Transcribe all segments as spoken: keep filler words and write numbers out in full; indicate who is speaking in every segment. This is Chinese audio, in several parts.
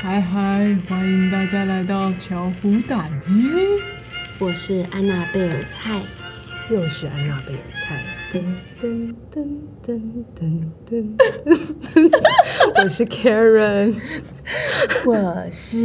Speaker 1: 嗨嗨，欢迎大家来到巧虎胆皮。
Speaker 2: 我是安娜贝尔菜，
Speaker 3: 又是安娜贝尔菜。噔噔噔噔噔噔噔，我是 Karen，
Speaker 2: 我是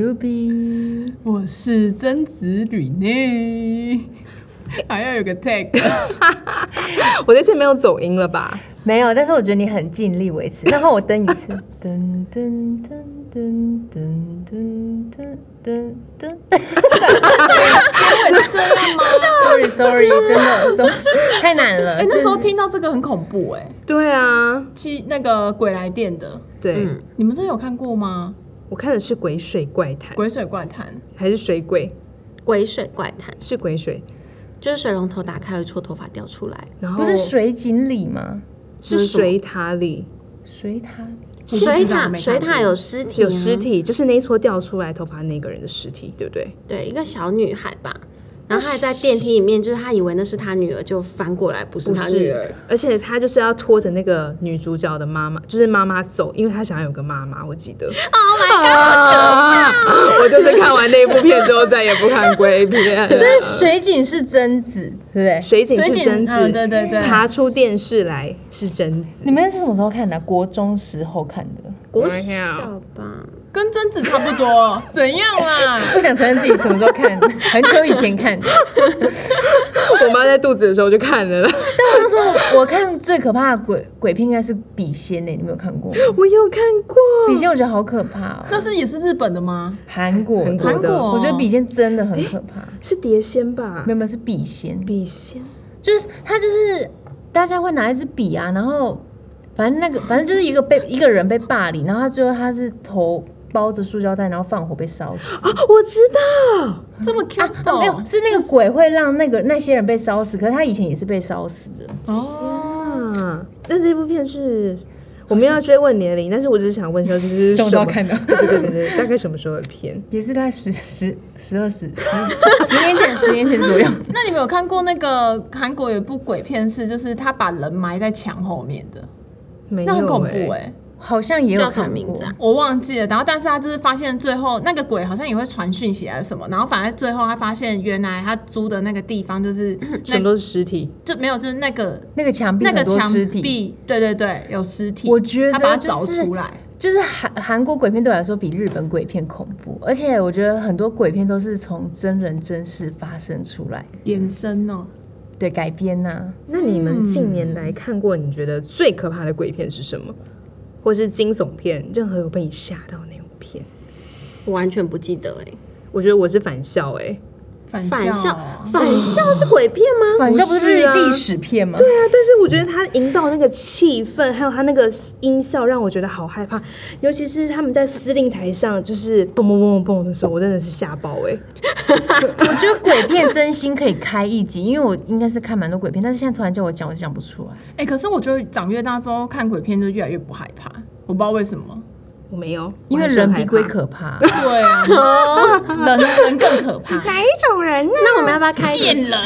Speaker 2: Ruby，
Speaker 1: 我是曾子吕呢。还要有个 tag，
Speaker 3: 我这次没有走音了吧？
Speaker 4: 没有，但是我觉得你很尽力维持。然后我登一次，噔噔噔噔噔噔噔噔噔。
Speaker 1: 结尾是这样吗
Speaker 4: ？Sorry Sorry， 真的说太难了。
Speaker 1: 哎、欸，那时候听到这个很恐怖哎、欸。
Speaker 3: 对啊，
Speaker 1: 去那个鬼来电的，
Speaker 3: 对、
Speaker 1: 嗯，你们真的有看过吗？
Speaker 3: 我看的是《鬼水怪谈》，
Speaker 1: 鬼水怪谈
Speaker 3: 还是水鬼？
Speaker 2: 鬼水怪谈
Speaker 3: 是鬼水，
Speaker 2: 就是水龙头打开会戳头发掉出来，
Speaker 3: 然后
Speaker 4: 不是水井里吗？
Speaker 3: 是水塔里，
Speaker 4: 水塔
Speaker 2: 水塔水塔有尸体、啊，
Speaker 3: 有尸体，就是那一撮掉出来头发那个人的尸体，对不对？
Speaker 2: 对，一个小女孩吧。然后他还在电梯里面，就是他以为那是他女儿，就翻过来不是他女儿，
Speaker 3: 而且他就是要拖着那个女主角的妈妈，就是妈妈走，因为他想要有个妈妈，我记得。
Speaker 2: Oh my god！、
Speaker 3: 啊、我就是看完那部片之后再也不看鬼片。
Speaker 4: 所以水井是贞子，对不对？
Speaker 3: 水井是贞子、
Speaker 1: 嗯，对对对，
Speaker 3: 爬出电视来是贞子。
Speaker 4: 你们是什么时候看的、啊？国中时候看的？
Speaker 2: 国小吧。
Speaker 1: 跟贞子差不多，怎样啦？
Speaker 4: 不想承认自己什么时候看，很久以前看的。
Speaker 3: 我妈在肚子的时候就看了。但
Speaker 4: 我那时候我看最可怕的鬼鬼片应该是笔仙诶，你没有看过吗？
Speaker 3: 我有看过
Speaker 4: 笔仙，我觉得好可怕哦。
Speaker 1: 那是也是日本的吗？
Speaker 4: 韩国，
Speaker 3: 韩国的。
Speaker 4: 我觉得笔仙真的很可怕。
Speaker 3: 是碟仙吧？
Speaker 4: 没有，没有，是笔仙。
Speaker 3: 笔仙
Speaker 4: 就是他就是大家会拿一支笔啊，然后反正那个反正就是一个被一个人被霸凌，然后他最后他是头包着塑胶袋，然后放火被烧死。
Speaker 3: 啊，我知道，
Speaker 1: 这么 Q
Speaker 4: 啊，没有，是那个鬼会让那个那些人被烧死，可是他以前也是被烧死的。
Speaker 3: 哦，那这部片是我们要追问年龄，但是我只是想问说，就是
Speaker 4: 什么时候看的？
Speaker 3: 对对对对，大概什么时候的片？
Speaker 4: 也是大概十十十二十十十年前，十年前左右。
Speaker 1: 那你们有看过那个韩国有一部鬼片是，就是他把人埋在墙后面的，
Speaker 3: 没有、欸，
Speaker 1: 那很恐怖哎、欸。
Speaker 4: 好像也有看过
Speaker 2: 名字、啊，
Speaker 1: 我忘记了。然后，但是他就是发现最后那个鬼好像也会传讯息还是什么。然后，反正最后他发现原来他租的那个地方就是
Speaker 3: 全都是尸体，
Speaker 1: 就没有就是那个
Speaker 4: 那个墙壁
Speaker 1: 那个
Speaker 4: 墙
Speaker 1: 壁，对对对，有尸体。
Speaker 4: 我觉得、就是、
Speaker 1: 他把它找出来，
Speaker 4: 就是韩韩国鬼片对我来说比日本鬼片恐怖，而且我觉得很多鬼片都是从真人真事发生出来
Speaker 1: 衍生哦。
Speaker 4: 对，改编啊。
Speaker 3: 那你们近年来看过你觉得最可怕的鬼片是什么？或是惊悚片，任何有被你吓到那种片，
Speaker 2: 我完全不记得哎、欸。
Speaker 3: 我觉得我是返校哎、欸，
Speaker 1: 返
Speaker 2: 校，返校是鬼片吗？
Speaker 4: 返校不是历史片吗？
Speaker 3: 对啊，但是我觉得他营造那个气氛，还有他那个音效，让我觉得好害怕。尤其是他们在司令台上，就是蹦蹦蹦蹦的时候，我真的是吓爆哎、
Speaker 4: 欸。我觉得鬼片真心可以开一集，因为我应该是看蛮多鬼片，但是现在突然叫我讲，我讲不出来。
Speaker 1: 哎、欸，可是我觉得长越大之后看鬼片就越来越不害怕，我不知道为什么。
Speaker 3: 我没有，
Speaker 4: 因为人比鬼可怕。
Speaker 1: 对啊，人人更可怕。
Speaker 3: 哪一种人呢？
Speaker 2: 那我们要不要开
Speaker 1: 贱人？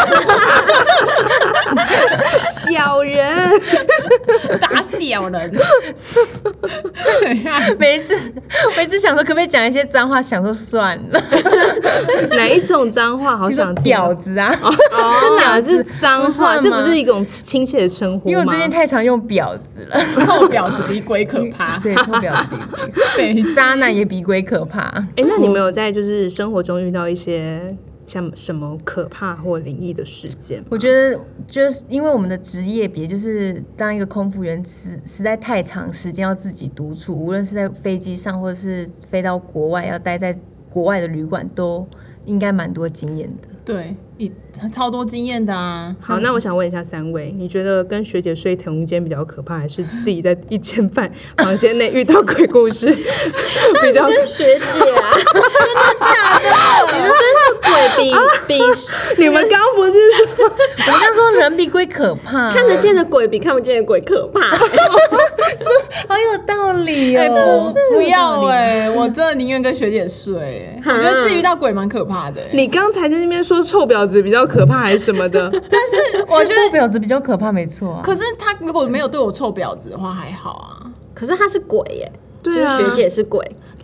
Speaker 3: 小人
Speaker 1: 打小人。怎样？
Speaker 4: 每次每次想说可不可以讲一些脏话，想说算了。
Speaker 3: 哪一种脏话？好想听。
Speaker 4: 婊子啊！
Speaker 3: 哦，这哪是脏话？这不是一种亲切的称呼吗？
Speaker 4: 因为我最近太常用婊子了。
Speaker 1: 臭婊子比鬼可怕。
Speaker 4: 对，臭婊子。对，渣男也比鬼可怕。
Speaker 3: 哎、欸，那你们有在就是生活中遇到一些像什么可怕或灵异的事件吗？
Speaker 4: 我觉得就是因为我们的职业别就是当一个空服员实实在太长时间要自己独处，无论是在飞机上或者是飞到国外要待在国外的旅馆，都应该蛮多经验的。
Speaker 1: 对，超多经验的啊。
Speaker 3: 好，那我想问一下三位，你觉得跟学姐睡同一间比较可怕，还是自己在一间饭房间内遇到鬼故事比较？
Speaker 2: 跟学姐啊，
Speaker 1: 真的假的？
Speaker 2: 你们真的鬼比、啊、比
Speaker 3: 你们刚不是说
Speaker 4: 我们刚说人比鬼可怕，
Speaker 2: 看得见的鬼比看不见的鬼可怕，
Speaker 4: 是好有道理哦。
Speaker 1: 欸、不, 不要哎、欸，我真的宁愿跟学姐睡、欸。我觉得自己遇到鬼蛮可怕的、欸。
Speaker 3: 你刚才在那边说臭婊子比较可怕还是什么的？
Speaker 1: 但是我觉得
Speaker 4: 臭婊子比较可怕，没错啊。
Speaker 1: 可是他如果没有对我臭婊子的话还好啊。
Speaker 2: 可是他是鬼耶、欸，
Speaker 3: 对啊，
Speaker 2: 就是学姐是鬼。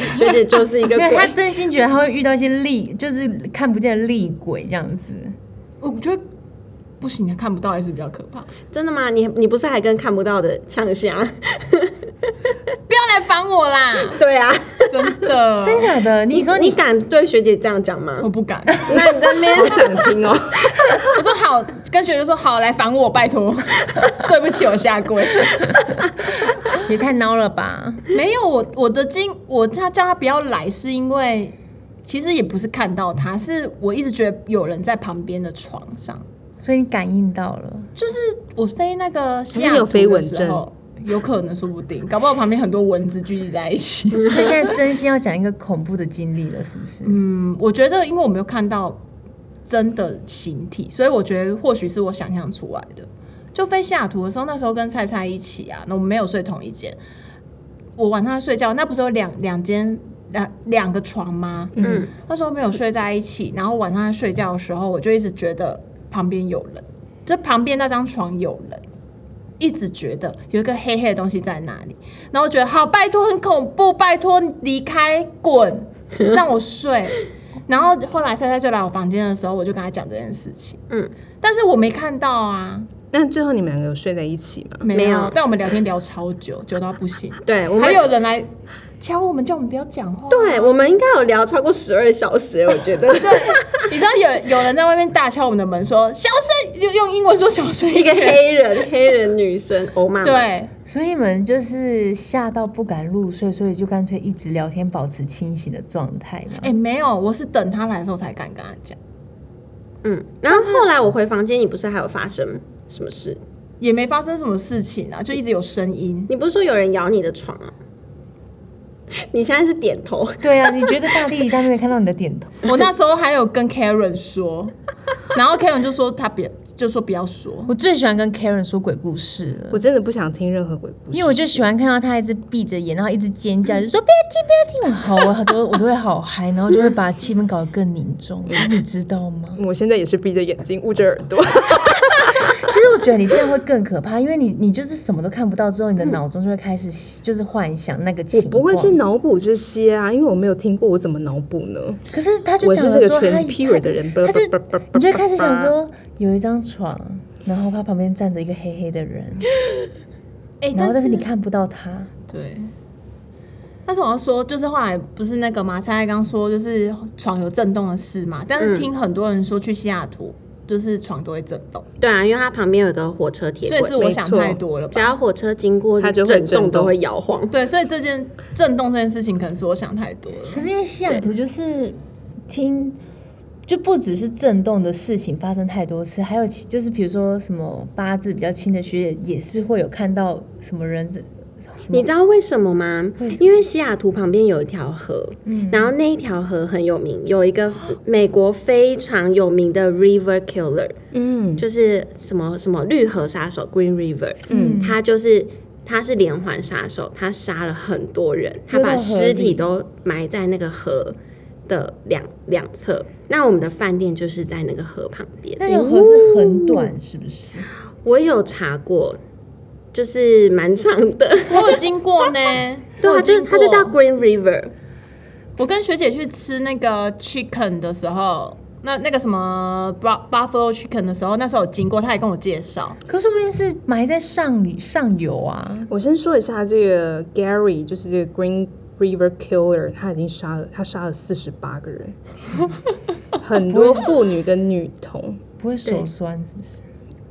Speaker 2: 学姐就是一个
Speaker 4: 因为他
Speaker 2: 鬼。
Speaker 4: 真心觉得他会遇到一些厉，就是看不见的厉鬼这样子。
Speaker 1: 我觉得不行啊，看不到还是比较可怕。
Speaker 2: 真的吗？你你不是还跟看不到的呛香？
Speaker 1: 不要来烦我啦！
Speaker 2: 对啊，
Speaker 1: 真的，
Speaker 4: 真假的？你说
Speaker 2: 你
Speaker 4: 你
Speaker 2: 敢对学姐这样讲吗
Speaker 1: 我？不敢。
Speaker 2: 那你在那边
Speaker 3: 好想听哦。
Speaker 1: 我说好，跟学姐说好，来烦我，拜托。对不起，我下跪。
Speaker 4: 也太孬了吧？
Speaker 1: 没有，我我的经，我他叫他不要来，是因为其实也不是看到他，是我一直觉得有人在旁边的床上。
Speaker 4: 所以你感应到了。
Speaker 1: 就是我飞那个西
Speaker 3: 还是你有
Speaker 1: 雅图的
Speaker 3: 飞蚊症
Speaker 1: 时候，有可能说不定，搞不好旁边很多蚊子聚集在一起。
Speaker 4: 所以现在真心要讲一个恐怖的经历了，是不是？
Speaker 1: 嗯，我觉得因为我没有看到真的形体，所以我觉得或许是我想象出来的。就飞西雅图的时候，那时候跟菜菜一起啊，那我们没有睡同一间。我晚上睡觉，那不是有两两间两两个床吗？
Speaker 2: 嗯，
Speaker 1: 那时候没有睡在一起，然后晚上在睡觉的时候，我就一直觉得旁边有人，就旁边那张床有人，一直觉得有一个黑黑的东西在那里，然后我觉得好，拜托，很恐怖，拜托离开，滚，让我睡。然后后来菜菜就来我房间的时候，我就跟他讲这件事情，
Speaker 2: 嗯，
Speaker 1: 但是我没看到啊，
Speaker 3: 那最后你们两个有睡在一起吗？
Speaker 1: 没有，
Speaker 2: 没有
Speaker 1: 但我们聊天聊超久，久到不行，
Speaker 2: 对，我们
Speaker 1: 还有人来敲我们，叫我们不要讲话，
Speaker 2: 对我们应该有聊超过十二小时，我觉得。
Speaker 1: 对，你知道有有人在外面大敲我们的门说小声，用用英文说小声
Speaker 2: 一个
Speaker 1: 点，
Speaker 2: 黑人黑人女生，欧妈妈，
Speaker 1: 对，
Speaker 4: 所以你们就是吓到不敢入睡，所以就干脆一直聊天，保持清醒的状态嘛。
Speaker 1: 哎、没有，我是等他来的时候才敢跟他讲，
Speaker 2: 嗯，然后后来我回房间，你不是还有发生什么事？
Speaker 1: 也没发生什么事情啊，就一直有声音。
Speaker 2: 你不是说有人咬你的床啊？你现在是点头，
Speaker 4: 对啊，你觉得大弟弟大妹妹看到你的点头？
Speaker 1: 我那时候还有跟 Karen 说，然后 Karen 就说他别，就说不要说。
Speaker 4: 我最喜欢跟 Karen 说鬼故事了。
Speaker 3: 我真的不想听任何鬼故事，
Speaker 4: 因为我就喜欢看到他一直闭着眼，然后一直尖叫，就说不要听，不要听。好，我都我都会好嗨，然后就会把气氛搞得更凝重，你知道吗？
Speaker 3: 我现在也是闭着眼睛捂着耳朵。
Speaker 4: 其实我觉得你这样会更可怕，因为你你就是什么都看不到之后，你的脑中就会开始就是幻想那个情
Speaker 3: 我
Speaker 4: 况。
Speaker 3: 不会去脑补这些啊，因为我没有听过，我怎么脑补呢？
Speaker 4: 可是他就
Speaker 3: 我
Speaker 4: 讲
Speaker 3: 就是个纯
Speaker 4: 了说他
Speaker 3: pure 的人，
Speaker 4: 他就你就会开始想说有一张床，然后他旁边站着一个黑黑的人，
Speaker 1: 哎、
Speaker 4: 然后但
Speaker 1: 但
Speaker 4: 是你看不到他。
Speaker 1: 对，但是我要说，就是后来不是那个嘛，蔡蔡刚说就是床有震动的事嘛，但是听很多人说去西雅图就是床都会震动，
Speaker 2: 对啊，因为它旁边有一个火车铁
Speaker 1: 所以是
Speaker 2: 轨，
Speaker 1: 我想太多了吧？
Speaker 2: 只要火车经过，
Speaker 3: 它就会
Speaker 2: 整
Speaker 3: 震动
Speaker 2: 栋都会摇晃。
Speaker 1: 对，所以这件震动这件事情可能是我想太多了。
Speaker 4: 可是因为西雅图就是听，就不只是震动的事情发生太多次，还有其就是比如说什么八字比较轻的学姐也是会有看到什么人。
Speaker 2: 你知道为什么吗？因为西雅图旁边有一条河，然后那一条河很有名，有一个美国非常有名的 River Killer，
Speaker 3: 嗯，
Speaker 2: 就是什么什么绿河杀手 Green River，嗯，他就是他是连环杀手，他杀了很多人，他把尸体都埋在那个河的两两侧。那我们的饭店就是在那个河旁边，
Speaker 4: 那条河是很短，是不是？
Speaker 2: 我有查过。就是蛮长的，
Speaker 1: 我有经过呢，
Speaker 2: 对啊，就
Speaker 1: 我有经过
Speaker 2: 它就叫 Green River。
Speaker 1: 我跟学姐去吃那个 chicken 的时候，那那个什么 buffalo chicken 的时候，那时候有经过，他也跟我介绍。
Speaker 4: 可说不定是埋在上上游啊。
Speaker 3: 我先说一下这个 Gary，就是这个 Green River Killer，他已经杀了他杀了四十八个人，很多妇女跟女童，
Speaker 4: 不会手酸是不是？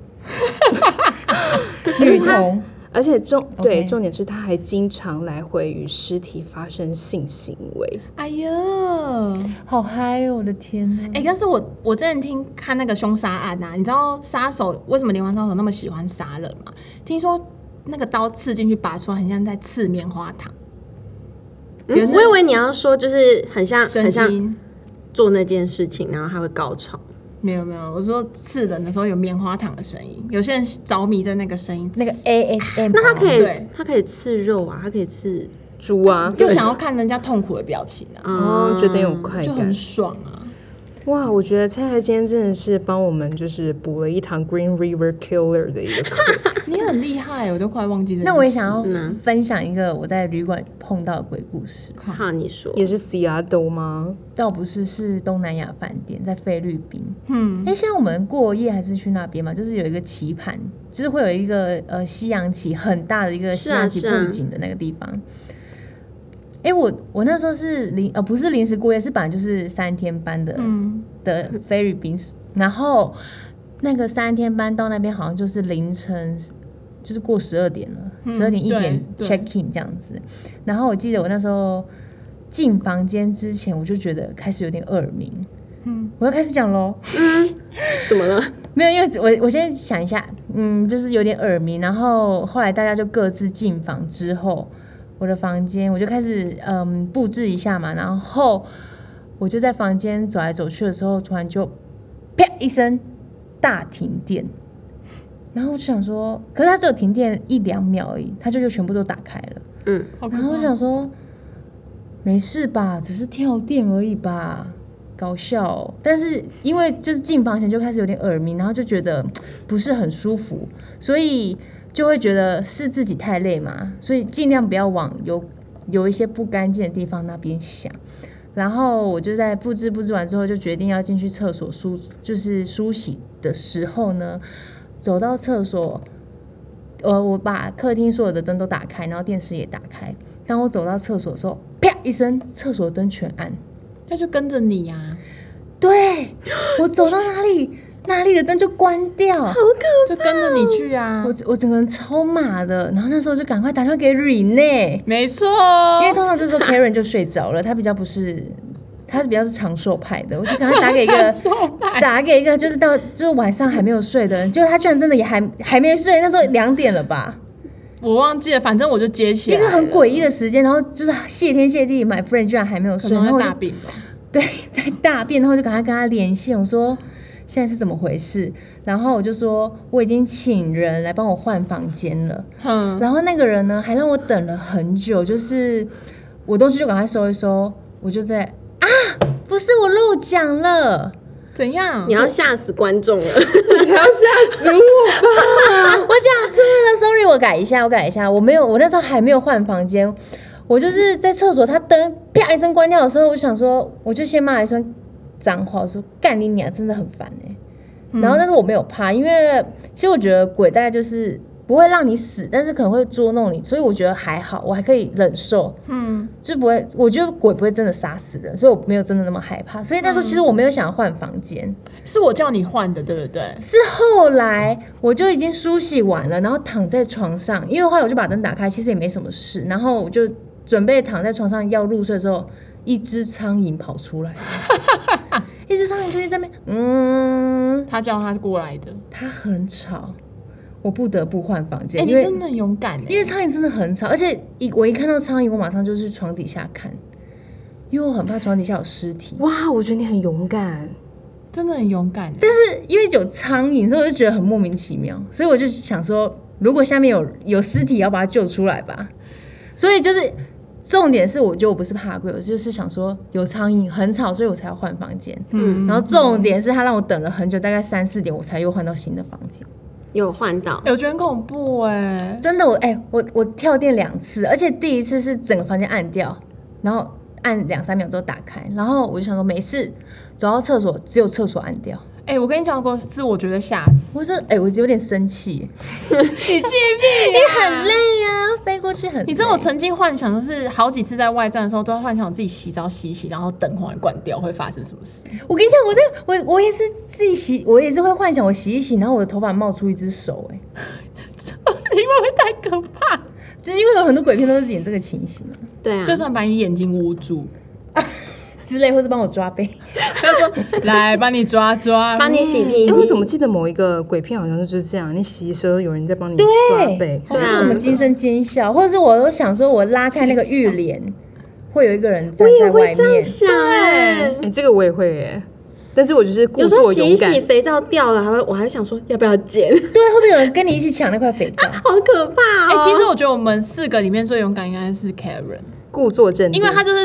Speaker 4: 女童，
Speaker 3: 而且重
Speaker 4: OK
Speaker 3: 对重点是他还经常来回与尸体发生性行为。
Speaker 1: 哎呦，
Speaker 4: 好嗨哦！我的天哪！
Speaker 1: 哎、但是我我之前听看那个凶杀案啊，你知道杀手为什么连环杀手那么喜欢杀人吗？听说那个刀刺进去拔出来，很像在刺棉花糖，
Speaker 2: 嗯，我以为你要说就是很像
Speaker 1: 声
Speaker 2: 很像
Speaker 1: 音。
Speaker 2: 做那件事情，然后他会高潮。
Speaker 1: 没有没有，我说刺人的时候有棉花糖的声音，有些人着迷在那个声音，
Speaker 4: 那个 A S M，
Speaker 2: 那他可以
Speaker 1: 对，
Speaker 2: 他可以刺肉啊，他可以刺
Speaker 3: 猪啊，
Speaker 1: 就想要看人家痛苦的表情啊，
Speaker 3: 哦，觉得有快
Speaker 1: 就很
Speaker 3: 感。
Speaker 1: 爽啊。
Speaker 3: 哇，我觉得蔡蔡今天真的是帮我们就是补了一堂 Green River Killer 的一个课。
Speaker 1: 你很厉害，我都快忘记这件事。
Speaker 4: 那我也想要分享一个我在旅馆碰到的鬼故事。
Speaker 2: 好，你说。
Speaker 3: 也是 Seattle 吗？
Speaker 4: 倒不是，是东南亚饭店，在菲律宾。嗯，哎，像我们过夜还是去那边嘛，就是有一个棋盘，就是会有一个呃西洋棋很大的一个西洋棋布景的那个地方。哎、啊啊，我我那时候是临呃不是临时过夜，是本来就是三天班的、嗯、的菲律宾，然后那个三天班到那边好像就是凌晨。就是过十二点了，十二点一点 check in 这样子。然后我记得我那时候进房间之前，我就觉得开始有点耳鸣。嗯，我要开始讲喽。
Speaker 2: 嗯，怎么了？
Speaker 4: 没有，因为我我先想一下，嗯，就是有点耳鸣。然后后来大家就各自进房之后，我的房间我就开始嗯布置一下嘛。然后我就在房间走来走去的时候，突然就啪一声大停电。然后我就想说，可是它只有停电一两秒而已，它就就全部都打开了。嗯，然后我就想说，没事吧，只是跳电而已吧，搞笑哦。但是因为就是进房前就开始有点耳鸣，然后就觉得不是很舒服，所以就会觉得是自己太累嘛，所以尽量不要往有有一些不干净的地方那边想。然后我就在布置布置完之后，就决定要进去厕所梳，就是梳洗的时候呢。走到厕所，呃，我把客厅所有的灯都打开，然后电视也打开。当我走到厕所的时候，啪一声，厕所灯全暗。
Speaker 1: 他就跟着你呀、啊。
Speaker 4: 对，我走到哪里，哪里的灯就关掉，好可
Speaker 1: 怕，就跟着你去啊。
Speaker 4: 我我整个人超麻的，然后那时候就赶快打电话给 Rene，
Speaker 1: 没错，
Speaker 4: 因为通常这时候 Karen 就睡着了，他比较不是。他是比较是长寿派的，我就赶快打给一个打给一个就是到就是晚上还没有睡的人，结果他居然真的也还还没睡，那时候两点了吧，
Speaker 1: 我忘记了，反正我就接起来了，
Speaker 4: 一个很诡异的时间，然后就是谢天谢地 ，my friend 居然还没有睡，
Speaker 1: 然后大便吧，
Speaker 4: 对，在大便，然后就赶快跟他连线，我说现在是怎么回事，然后我就说我已经请人来帮我换房间了，嗯，然后那个人呢还让我等了很久，就是我东西就赶快收一收，我就在。啊！不是我漏讲了，
Speaker 1: 怎样？
Speaker 2: 你要吓死观众了！
Speaker 3: 你要吓死我吧！
Speaker 4: 我讲错了 ，sorry， 我改一下，我改一下，我没有，我那时候还没有换房间，我就是在厕所，他灯啪一声关掉的时候，我想说，我就先骂一声脏话，我说干你娘，真的很烦哎、欸嗯。然后但是我没有怕，因为其实我觉得鬼大概就是。不会让你死，但是可能会捉弄你，所以我觉得还好，我还可以忍受。嗯，就不会，我觉得鬼不会真的杀死人，所以我没有真的那么害怕。所以那时候其实我没有想要换房间，
Speaker 1: 是我叫你换的，对不对？
Speaker 4: 是后来我就已经梳洗完了，然后躺在床上，因为后来我就把灯打开，其实也没什么事，然后我就准备躺在床上要入睡的时候，一只苍蝇跑出来，一只苍蝇就在那边，嗯，
Speaker 1: 他叫他过来的，
Speaker 4: 他很吵。我不得不换房间，
Speaker 1: 哎、欸，你真的很勇敢哎！
Speaker 4: 因为苍蝇真的很吵，而且一我一看到苍蝇，我马上就是床底下看，因为我很怕床底下有尸体。
Speaker 3: 哇，我觉得你很勇敢，
Speaker 1: 真的很勇敢。
Speaker 4: 但是因为有苍蝇，所以我就觉得很莫名其妙，所以我就想说，如果下面有有尸体，要把它救出来吧。所以就是重点是，我觉得我不是怕鬼，我就是想说有苍蝇很吵，所以我才要换房间。嗯，然后重点是他让我等了很久，大概三四点，我才又换到新的房间。
Speaker 2: 有换到、
Speaker 1: 欸，我觉得很恐怖哎、欸，
Speaker 4: 真的我哎、欸，我我跳电两次，而且第一次是整个房间暗掉，然后按两三秒之后打开，然后我就想说没事，走到厕所只有厕所暗掉。
Speaker 1: 哎、欸，我跟你讲过是我觉得吓死，
Speaker 4: 我说哎、欸，我有点生气，
Speaker 1: 你气屁、啊，
Speaker 4: 你很累啊，飞过去很累。
Speaker 1: 你知道我曾经幻想的是好几次在外站的时候，都要幻想我自己洗澡洗一洗，然后灯忽然关掉会发生什么事。
Speaker 4: 我跟你讲，我这我我也是自己洗，我也是会幻想我洗一洗，然后我的头发冒出一只手、欸，哎，
Speaker 1: 因为会太可怕，
Speaker 4: 就是因为有很多鬼片都是演这个情形。
Speaker 2: 对啊，
Speaker 1: 就算把你眼睛捂住。
Speaker 4: 之类，或者帮我抓背，
Speaker 1: 他说来帮你抓抓，
Speaker 2: 帮你洗屁屁。
Speaker 3: 为什么记得某一个鬼片好像就是这样？你洗的时候有人在帮你抓背，
Speaker 4: 对，就是什么惊声尖笑，或者是我都想说，我拉开那个浴帘，会有一个人站在外面。
Speaker 2: 对，
Speaker 3: 哎、欸，这个我也会耶。但是我就是故
Speaker 2: 有时候洗一
Speaker 3: 作勇敢。
Speaker 2: 洗肥皂掉了，还会我还想说要不要捡？
Speaker 4: 对，会不会有人跟你一起抢那块肥皂？
Speaker 2: 好可怕哦！
Speaker 1: 哎、欸，其实我觉得我们四个里面最勇敢应该是 Karen，
Speaker 3: 故作镇定，
Speaker 1: 因为他就是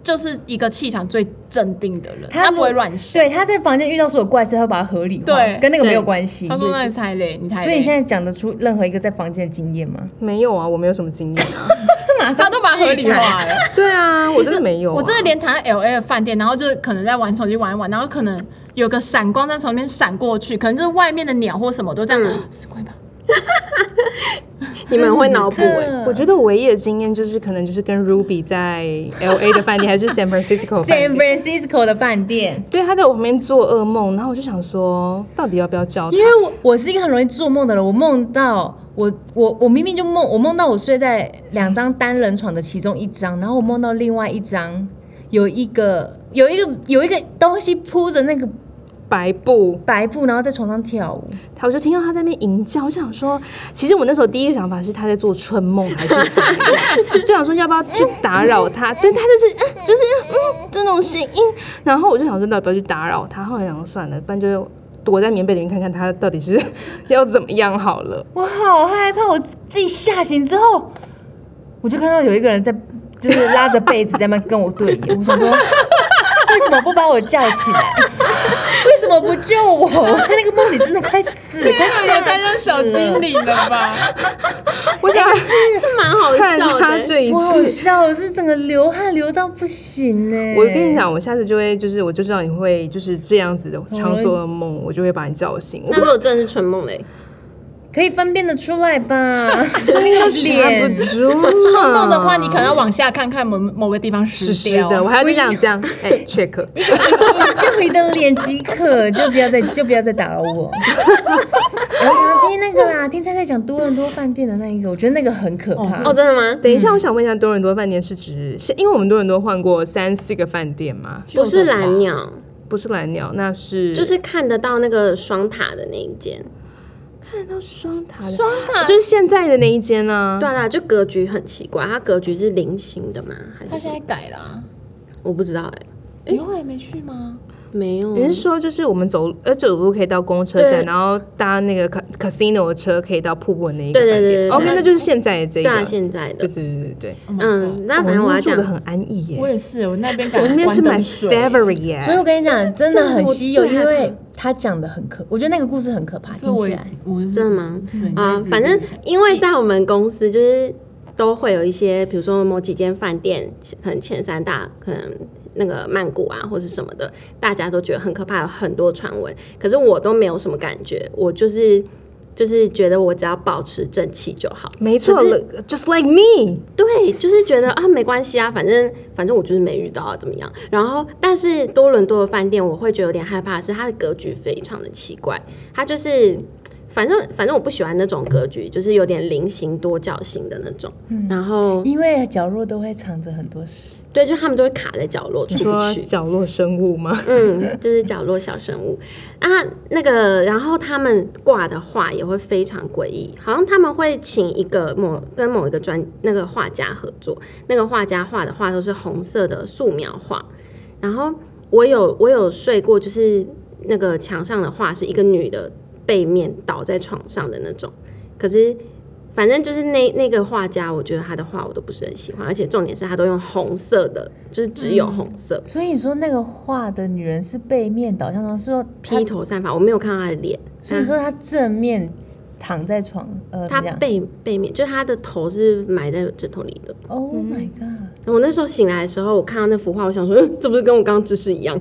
Speaker 1: 就是一个气场最镇定的人，他不会乱想。
Speaker 4: 对，他在房间遇到所有怪事，他会把它合理化，
Speaker 1: 对
Speaker 4: 跟那个没有关系。
Speaker 1: 他说那你太累，你太累。
Speaker 4: 所以你现在讲得出任何一个在房间的经验吗？
Speaker 3: 没有啊，我没有什么经验啊。
Speaker 1: 马上都把它合理化了。
Speaker 3: 对啊，我真的没有、啊。
Speaker 1: 我真的连躺在 L A 的饭店，然后就可能在玩手机玩一玩，然后可能有个闪光在旁边闪过去，可能就是外面的鸟或什么都这样，是鬼吧？
Speaker 2: 你们会脑补哎？
Speaker 3: 我觉得我唯一的经验就是可能就是跟 Ruby 在 L A 的饭店还是 San Francisco 饭店
Speaker 4: San Francisco 的饭店，
Speaker 3: 对，他在我旁边做噩梦，然后我就想说，到底要不要叫他？
Speaker 4: 因为我我是一个很容易做梦的人，我梦到我我我明明就梦，我梦到我睡在两张单人床的其中一张，然后我梦到另外一张有一个有一个有一个东西铺着那个
Speaker 3: 白布，
Speaker 4: 白布，然后在床上跳舞，
Speaker 3: 我就听到他在那边吟叫，我想说，其实我那时候第一个想法是他在做春梦还是怎么样，就想说要不要去打扰他，但他就是嗯就是嗯这种声音，然后我就想说要不要去打扰他，后来想说算了，不然就躲在棉被里面看看他到底是要怎么样好了。
Speaker 4: 我好害怕，我自己吓醒之后，我就看到有一个人在就是拉着被子在那边跟我对眼，我想说为什么不把我叫起来？为什么不救我？我在那个梦里真的快死了，
Speaker 1: 也太像小精灵了吧！
Speaker 3: 我想
Speaker 2: 这蛮好
Speaker 3: 看
Speaker 2: 笑的。
Speaker 3: 他这一
Speaker 4: 我好
Speaker 3: 次。
Speaker 4: 笑，我是整个流汗流到不行呢。
Speaker 3: 我跟你讲，我下次就会，就是我就知道你会就是这样子的常做噩梦，我就会把你叫醒。
Speaker 2: 那如果真的是春梦嘞？
Speaker 4: 可以分辨得出来吧？是那个脸。
Speaker 3: 住
Speaker 1: 春梦的话，你可能要往下看看某某个地方湿
Speaker 3: 是
Speaker 1: 掉。
Speaker 3: 的，我还要再讲这样，哎，check。
Speaker 4: 以就你的脸即可，就不要再就不要再打扰我。我想要听那个啦，听菜菜讲多伦多饭店的那一个，我觉得那个很可怕。
Speaker 2: 哦，真的吗？
Speaker 3: 等一下，我想问一下，多伦多饭店是指，是因为我们多伦多换过三四个饭店吗？
Speaker 2: 不是蓝鸟，
Speaker 3: 不是蓝鸟，那是
Speaker 2: 就是看得到那个双塔的那一间。
Speaker 3: 看得到双塔的，
Speaker 1: 双塔
Speaker 3: 就是现在的那一间呢、
Speaker 2: 对啦，就格局很奇怪，它格局是菱形的吗？还
Speaker 1: 他现
Speaker 2: 是什么
Speaker 1: 在改了啊，
Speaker 2: 我不知道哎、
Speaker 1: 你后来没去吗？
Speaker 2: 没有。
Speaker 3: 你是说，就是我们走呃走路可以到公车站，
Speaker 2: 对
Speaker 3: 然后搭那个 ca- casino 的车可以到瀑布的那一个
Speaker 2: 对对
Speaker 3: 饭店
Speaker 2: 对对对
Speaker 3: OK，那就是现在的这一个。
Speaker 2: 对啊，现在的
Speaker 3: 对对对对对。
Speaker 2: 嗯，那反正我要讲
Speaker 3: 住的很安逸耶，
Speaker 1: 我也是，我那边改
Speaker 3: 我那边是
Speaker 1: 关
Speaker 3: my
Speaker 1: 灯水
Speaker 3: favorite 耶。
Speaker 4: 所以我跟你讲，真的很稀有，
Speaker 2: 这我最害怕
Speaker 4: 因为他讲的很可，我觉得那个故事很可怕，
Speaker 1: 这我也
Speaker 4: 听起来。
Speaker 1: 我是
Speaker 2: 真的吗？
Speaker 1: 对
Speaker 2: 啊，
Speaker 1: 在
Speaker 2: 反正因为在我们公司就是都会有一些，比如说某几间饭店，可能前三大，可能那个曼谷啊或是什么的，大家都觉得很可怕，有很多传闻，可是我都没有什么感觉，我就是就是觉得我只要保持正气就好。
Speaker 3: 没错
Speaker 2: 可是
Speaker 3: ，just like me。
Speaker 2: 对，就是觉得啊没关系啊，反正反正我就是没遇到啊，怎么样？然后，但是多伦多的饭店，我会觉得有点害怕的是它的格局非常的奇怪，它就是。反正反正我不喜欢那种格局，就是有点菱形多角形的那种。然后
Speaker 4: 因为角落都会藏着很多事。
Speaker 2: 对，就他们都会卡在角落出
Speaker 3: 你
Speaker 2: 不去。
Speaker 3: 说角落生物吗？
Speaker 2: 嗯，就是角落小生物啊，那个，然后他们挂的画也会非常诡异，好像他们会请一个某跟某一个专那个画家合作，那个画家画的画都是红色的素描画，然后我有我有睡过，就是那个墙上的画是一个女的背面倒在床上的那种，可是。反正就是那那个画家，我觉得他的画我都不是很喜欢，而且重点是他都用红色的，就是只有红色，
Speaker 4: 所以你说那个画的女人是背面倒向床，是说她
Speaker 2: 披头散发，我没有看到他的脸，
Speaker 4: 所以说她正面躺在床，呃，
Speaker 2: 他
Speaker 4: 这样
Speaker 2: 背背面，就是他的头是埋在枕头里的。
Speaker 4: ，Oh my god！
Speaker 2: 我那时候醒来的时候，我看到那幅画，我想说，嗯，这不是跟我刚刚姿势一样？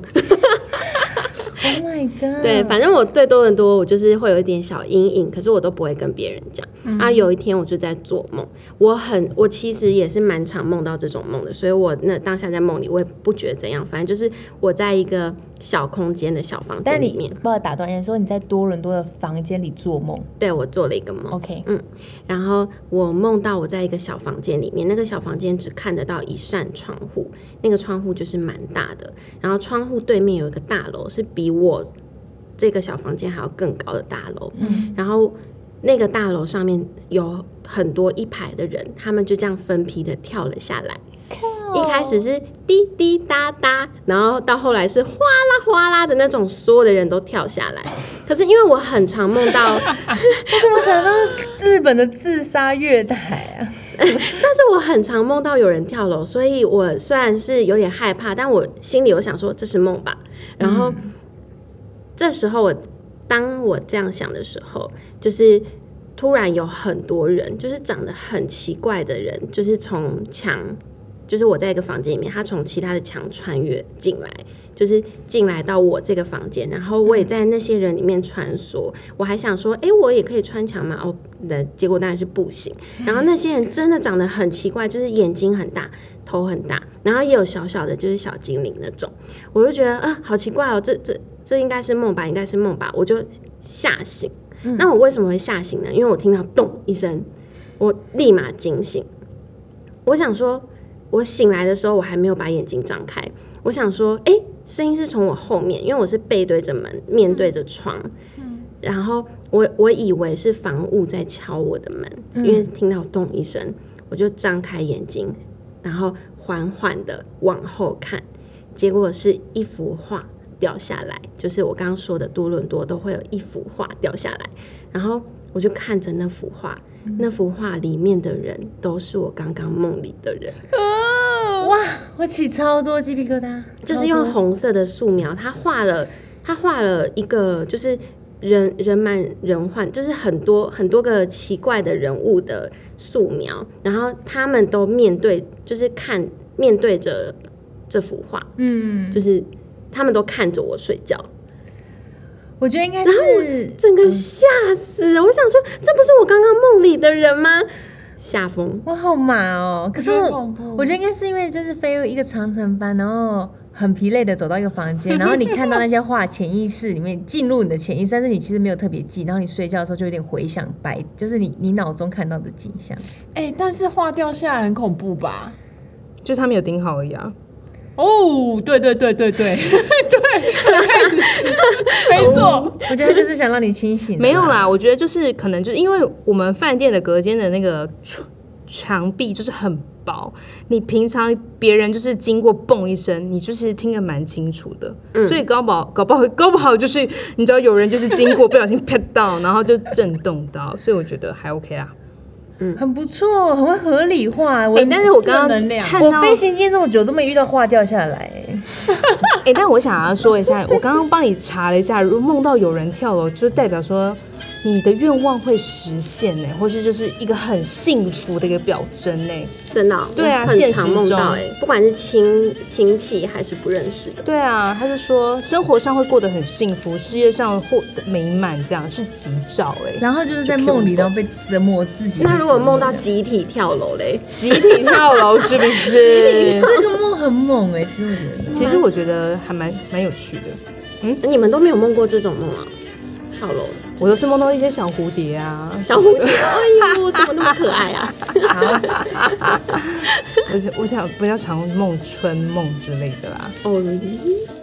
Speaker 4: Oh my god！
Speaker 2: 对，反正我对多伦多我就是会有一点小阴影，可是我都不会跟别人讲。
Speaker 4: 嗯
Speaker 2: 啊，有一天我就在做梦，我很我其实也是蛮常梦到这种梦的，所以我那当下在梦里我也不觉得怎样，反正就是我在一个小空间的小房
Speaker 4: 但你
Speaker 2: 间里面，
Speaker 4: 不好打断一下，说你在多伦多的房间里做梦
Speaker 2: 对我做了一个梦。
Speaker 4: ，OK？
Speaker 2: 嗯，然后我梦到我在一个小房间里面，那个小房间只看得到一扇窗户，那个窗户就是蛮大的，然后窗户对面有一个大楼，是比我这个小房间还要更高的大楼，嗯，然后那个大楼上面有很多一排的人，他们就这样分批的跳了下来。一开始是滴滴答答，然后到后来是哗啦哗啦的那种，所有的人都跳下来。可是因为我很常梦到，
Speaker 4: 我怎么想到日本的自杀月台啊？
Speaker 2: 但是我很常梦到有人跳楼，所以我虽然是有点害怕，但我心里有想说这是梦吧。然后、嗯、这时候我当我这样想的时候，就是突然有很多人，就是长得很奇怪的人，就是从墙，就是我在一个房间里面，他从其他的墙穿越进来。就是进来到我这个房间，然后我也在那些人里面穿梭。我还想说，哎、欸，我也可以穿墙吗？哦，的结果当然是不行。然后那些人真的长得很奇怪，就是眼睛很大，头很大，然后也有小小的，就是小精灵那种。我就觉得啊，好奇怪哦，这这这应该是梦吧，应该是梦吧。我就吓醒。嗯、那我为什么会吓醒呢？因为我听到咚一声，我立马惊醒。我想说，我醒来的时候，我还没有把眼睛张开。我想说，哎、欸，声音是从我后面，因为我是背对着门，面对着窗，嗯、然后我我以为是房屋在敲我的门，嗯、因为听到咚一声，我就张开眼睛，然后缓缓的往后看，结果是一幅画掉下来，就是我刚刚说的多伦多都会有一幅画掉下来，然后我就看着那幅画，嗯、那幅画里面的人都是我刚刚梦里的人。
Speaker 4: 哇，我起超多鸡皮疙瘩，
Speaker 2: 就是用红色的素描，他画了，他画了一个就是人人满人患，就是很多很多个奇怪的人物的素描，然后他们都面对，就是看面对着这幅画，嗯，就是他们都看着我睡觉。
Speaker 4: 我觉得应该是
Speaker 2: 整个吓死，嗯、我想说，这不是我刚刚梦里的人吗？下风，
Speaker 4: 我好麻哦！可是我我觉得应该是因为就是飞一个长程班，然后很疲累的走到一个房间，然后你看到那些画，潜意识里面进入你的潜意识，但是你其实没有特别记，然后你睡觉的时候就有点回想白，就是你你脑中看到的景象。
Speaker 1: 哎、欸，但是画掉下来很恐怖吧？
Speaker 3: 就他没有钉好而已啊。
Speaker 1: 哦，对对对对对对，开始没错。
Speaker 4: 我觉得就是想让你清醒。
Speaker 3: 没有啦，我觉得就是可能就是因为我们饭店的隔间的那个墙壁就是很薄，你平常别人就是经过蹦一声，你就是听得蛮清楚的，嗯、所以搞不好搞不好搞不好就是你知道有人就是经过不小心啪到，然后就震动到，所以我觉得还 OK 啦。
Speaker 4: 嗯，很不错，很会合理化。我、
Speaker 3: 欸、但是我刚刚看到
Speaker 4: 我飞行间这么久都没遇到画掉下来。
Speaker 3: 哎、欸，但我想要说一下，我刚刚帮你查了一下，如果梦到有人跳楼，就代表说你的愿望会实现呢，或是就是一个很幸福的一个表征呢。
Speaker 2: 真的、哦？
Speaker 3: 对啊，
Speaker 2: 很常梦到哎，不管是亲亲戚还是不认识的。
Speaker 3: 对啊，他就说生活上会过得很幸福，事业上获得美满，这样是吉兆哎。
Speaker 4: 然后就是在梦里，然后被折磨自己。
Speaker 2: 那如果梦到集体跳楼嘞？
Speaker 3: 集体跳楼是不是？
Speaker 4: 这个梦很猛哎，其实我觉得。
Speaker 3: 其实我觉得还蛮蛮有趣的。
Speaker 2: 嗯，你们都没有梦过这种梦啊？跳楼，
Speaker 3: 我都是梦到一些小蝴蝶啊，
Speaker 2: 小蝴蝶，哎呦，怎么那么可爱啊？
Speaker 3: 我想，我想比较常梦春梦之类的啦。
Speaker 2: 哦、oh, ，really？